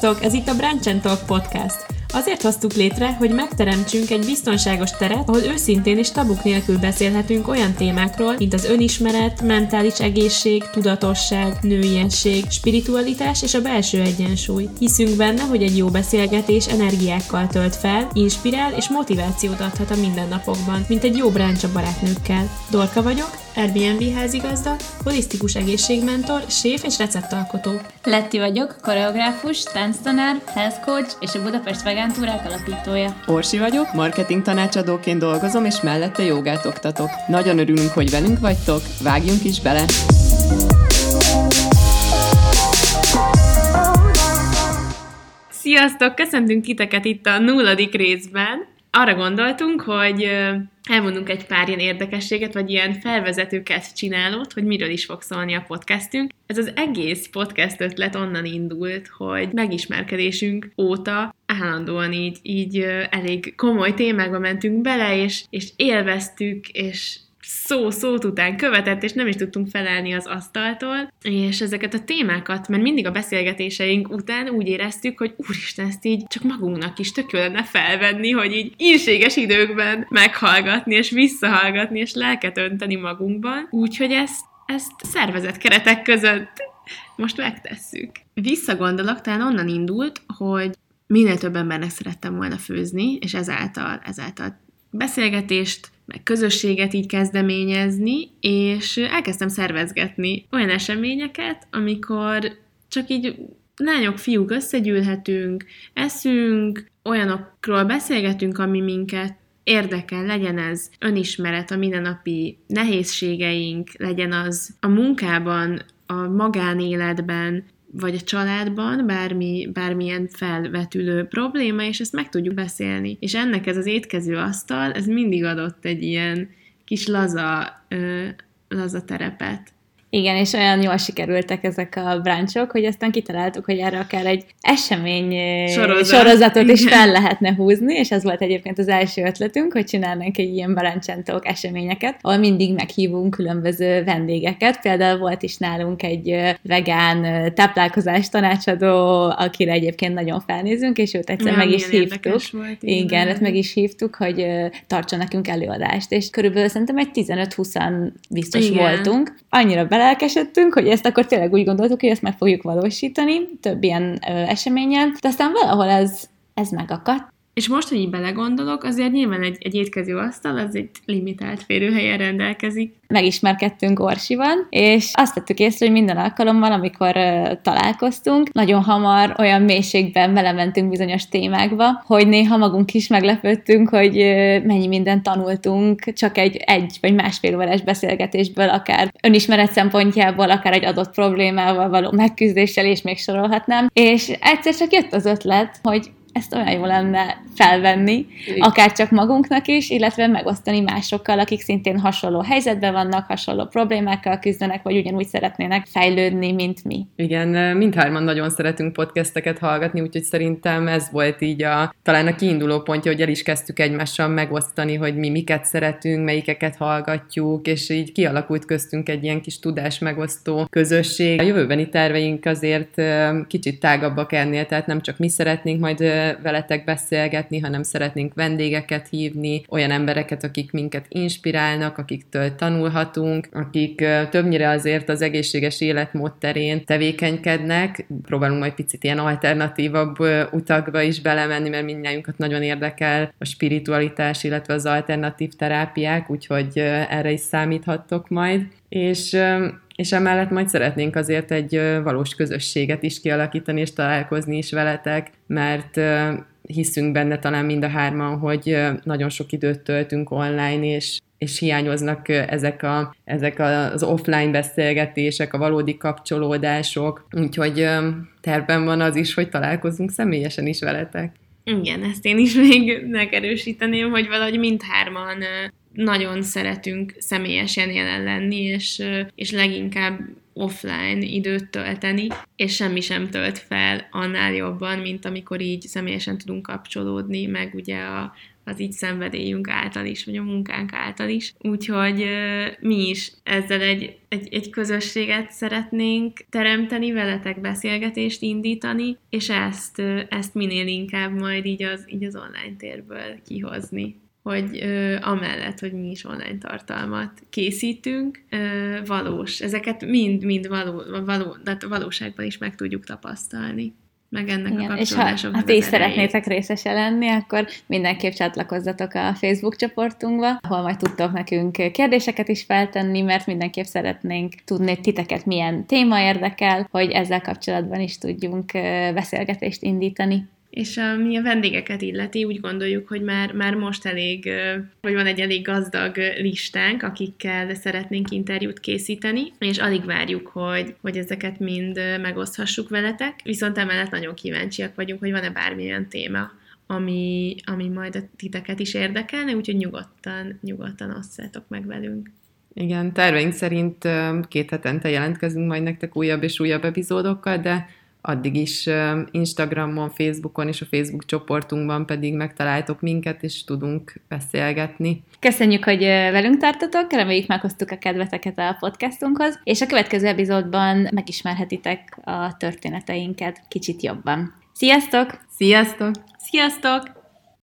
Sziasztok! Ez itt a Brunch & Talk Podcast. Azért hoztuk létre, hogy megteremtsünk egy biztonságos teret, ahol őszintén és tabuk nélkül beszélhetünk olyan témákról, mint az önismeret, mentális egészség, tudatosság, nőiesség, spiritualitás és a belső egyensúly. Hiszünk benne, hogy egy jó beszélgetés energiákkal tölt fel, inspirál és motivációt adhat a mindennapokban, mint egy jó brunch a barátnőkkel. Dorka vagyok, Airbnb házigazda, holisztikus egészségmentor, séf és receptalkotó. Letti vagyok, koreográfus, tánctanár, health coach és a Budapest Vegántúrák alapítója. Orsi vagyok, marketing tanácsadóként dolgozom, és mellette jogát oktatok. Nagyon örülünk, hogy velünk vagytok, vágjunk is bele! Sziasztok! Köszöntünk titeket itt a 0. részben. Arra gondoltunk, hogy elmondunk egy pár ilyen érdekességet, vagy ilyen felvezetőket csinálót, hogy miről is fog szólni a podcastünk. Ez az egész podcast ötlet onnan indult, hogy megismerkedésünk óta állandóan így elég komoly témákba mentünk bele, és élveztük, és szót után követett, és nem is tudtunk felállni az asztaltól, és ezeket a témákat, mert mindig a beszélgetéseink után úgy éreztük, hogy úristen, ezt így csak magunknak is tök jó lenne felvenni, hogy így ínséges időkben meghallgatni, és visszahallgatni, és lelket önteni magunkban, úgyhogy ezt szervezett keretek között most megtesszük. Visszagondolok, talán onnan indult, hogy minél több embernek szerettem volna főzni, és ezáltal beszélgetést, meg közösséget így kezdeményezni, és elkezdtem szervezgetni olyan eseményeket, amikor csak így lányok, fiúk összegyűlhetünk, eszünk, olyanokról beszélgetünk, ami minket érdekel, legyen ez önismeret, a mindennapi nehézségeink, legyen az a munkában, a magánéletben, vagy a családban, bármilyen felvetülő probléma, és ezt meg tudjuk beszélni. És ennek ez az étkező asztal, ez mindig adott egy ilyen kis laza terepet. Igen, és olyan jól sikerültek ezek a brunchok, hogy aztán kitaláltuk, hogy erre akár egy esemény sorozatot is fel lehetne húzni, és ez volt egyébként az első ötletünk, hogy csinálnánk egy ilyen Brunch & Talk eseményeket, ahol mindig meghívunk különböző vendégeket. Például volt is nálunk egy vegán táplálkozás tanácsadó, akire egyébként nagyon felnézünk, és őt egyszer meg is hívtuk. Igen, őt meg is hívtuk, hogy tartson nekünk előadást, és körülbelül szerintem egy 15-20 biztos voltunk. Annyira belelkesedtünk, hogy ezt akkor tényleg úgy gondoltuk, hogy ezt meg fogjuk valósítani, több ilyen eseményen, de aztán valahol ez megakadt. És most, hogy így belegondolok, azért nyilván egy étkező asztal, az egy limitált férőhelyen rendelkezik. Megismerkedtünk Orsival, és azt vettük észre, hogy minden alkalommal, amikor találkoztunk, nagyon hamar olyan mélységben belementünk bizonyos témákba, hogy néha magunk is meglepődtünk, hogy mennyi mindent tanultunk, csak egy vagy másfél órás beszélgetésből, akár önismeret szempontjából, akár egy adott problémával való megküzdéssel, és még sorolhatnám. És egyszer csak jött az ötlet, hogy ezt olyan jó lenne felvenni, akár csak magunknak is, illetve megosztani másokkal, akik szintén hasonló helyzetben vannak, hasonló problémákkal küzdenek, vagy ugyanúgy szeretnének fejlődni, mint mi. Igen, mindhárman nagyon szeretünk podcasteket hallgatni, úgyhogy szerintem ez volt így talán a kiinduló pontja, hogy el is kezdtük egymással megosztani, hogy mi miket szeretünk, melyikeket hallgatjuk, és így kialakult köztünk egy ilyen kis tudás megosztó közösség. A jövőbeni terveink azért kicsit tágabbak ennél, tehát nem csak mi szeretnénk majd veletek beszélgetni, hanem szeretnénk vendégeket hívni, olyan embereket, akik minket inspirálnak, akiktől tanulhatunk, akik többnyire azért az egészséges életmód terén tevékenykednek. Próbálunk majd picit ilyen alternatívabb utakba is belemenni, mert mindnyájunkat nagyon érdekel a spiritualitás, illetve az alternatív terápiák, úgyhogy erre is számíthattok majd. És emellett majd szeretnénk azért egy valós közösséget is kialakítani, és találkozni is veletek, mert hiszünk benne talán mind a hárman, hogy nagyon sok időt töltünk online, és hiányoznak ezek az offline beszélgetések, a valódi kapcsolódások, úgyhogy tervben van az is, hogy találkozzunk személyesen is veletek. Igen, ezt én is még megerősíteném, hogy valahogy mindhárman nagyon szeretünk személyesen jelen lenni, és leginkább offline időt tölteni, és semmi sem tölt fel annál jobban, mint amikor így személyesen tudunk kapcsolódni, meg ugye az így szenvedélyünk által is, vagy a munkánk által is. Úgyhogy mi is ezzel egy közösséget szeretnénk teremteni, veletek beszélgetést indítani, és ezt minél inkább majd így az online térből kihozni. Hogy amellett, hogy mi is online tartalmat készítünk, valós. Ezeket mind valóságban is meg tudjuk tapasztalni. Meg ennek a kapcsolódásoknak. És ha ti is szeretnétek részese lenni, akkor mindenképp csatlakozzatok a Facebook csoportunkba, ahol majd tudtok nekünk kérdéseket is feltenni, mert mindenképp szeretnénk tudni, hogy titeket milyen téma érdekel, hogy ezzel kapcsolatban is tudjunk beszélgetést indítani. És ami a vendégeket illeti, úgy gondoljuk, hogy már most van egy elég gazdag listánk, akikkel szeretnénk interjút készíteni, és alig várjuk, hogy ezeket mind megoszthassuk veletek. Viszont emellett nagyon kíváncsiak vagyunk, hogy van-e bármilyen téma, ami majd a titeket is érdekelne, úgyhogy nyugodtan osszátok meg velünk. Igen, terveink szerint 2 hetente jelentkezünk majd nektek újabb és újabb epizódokkal, de addig is Instagramon, Facebookon és a Facebook csoportunkban pedig megtaláltok minket, és tudunk beszélgetni. Köszönjük, hogy velünk tartotok, reméljük meghoztuk a kedveteket a podcastunkhoz, és a következő epizódban megismerhetitek a történeteinket kicsit jobban. Sziasztok! Sziasztok! Sziasztok!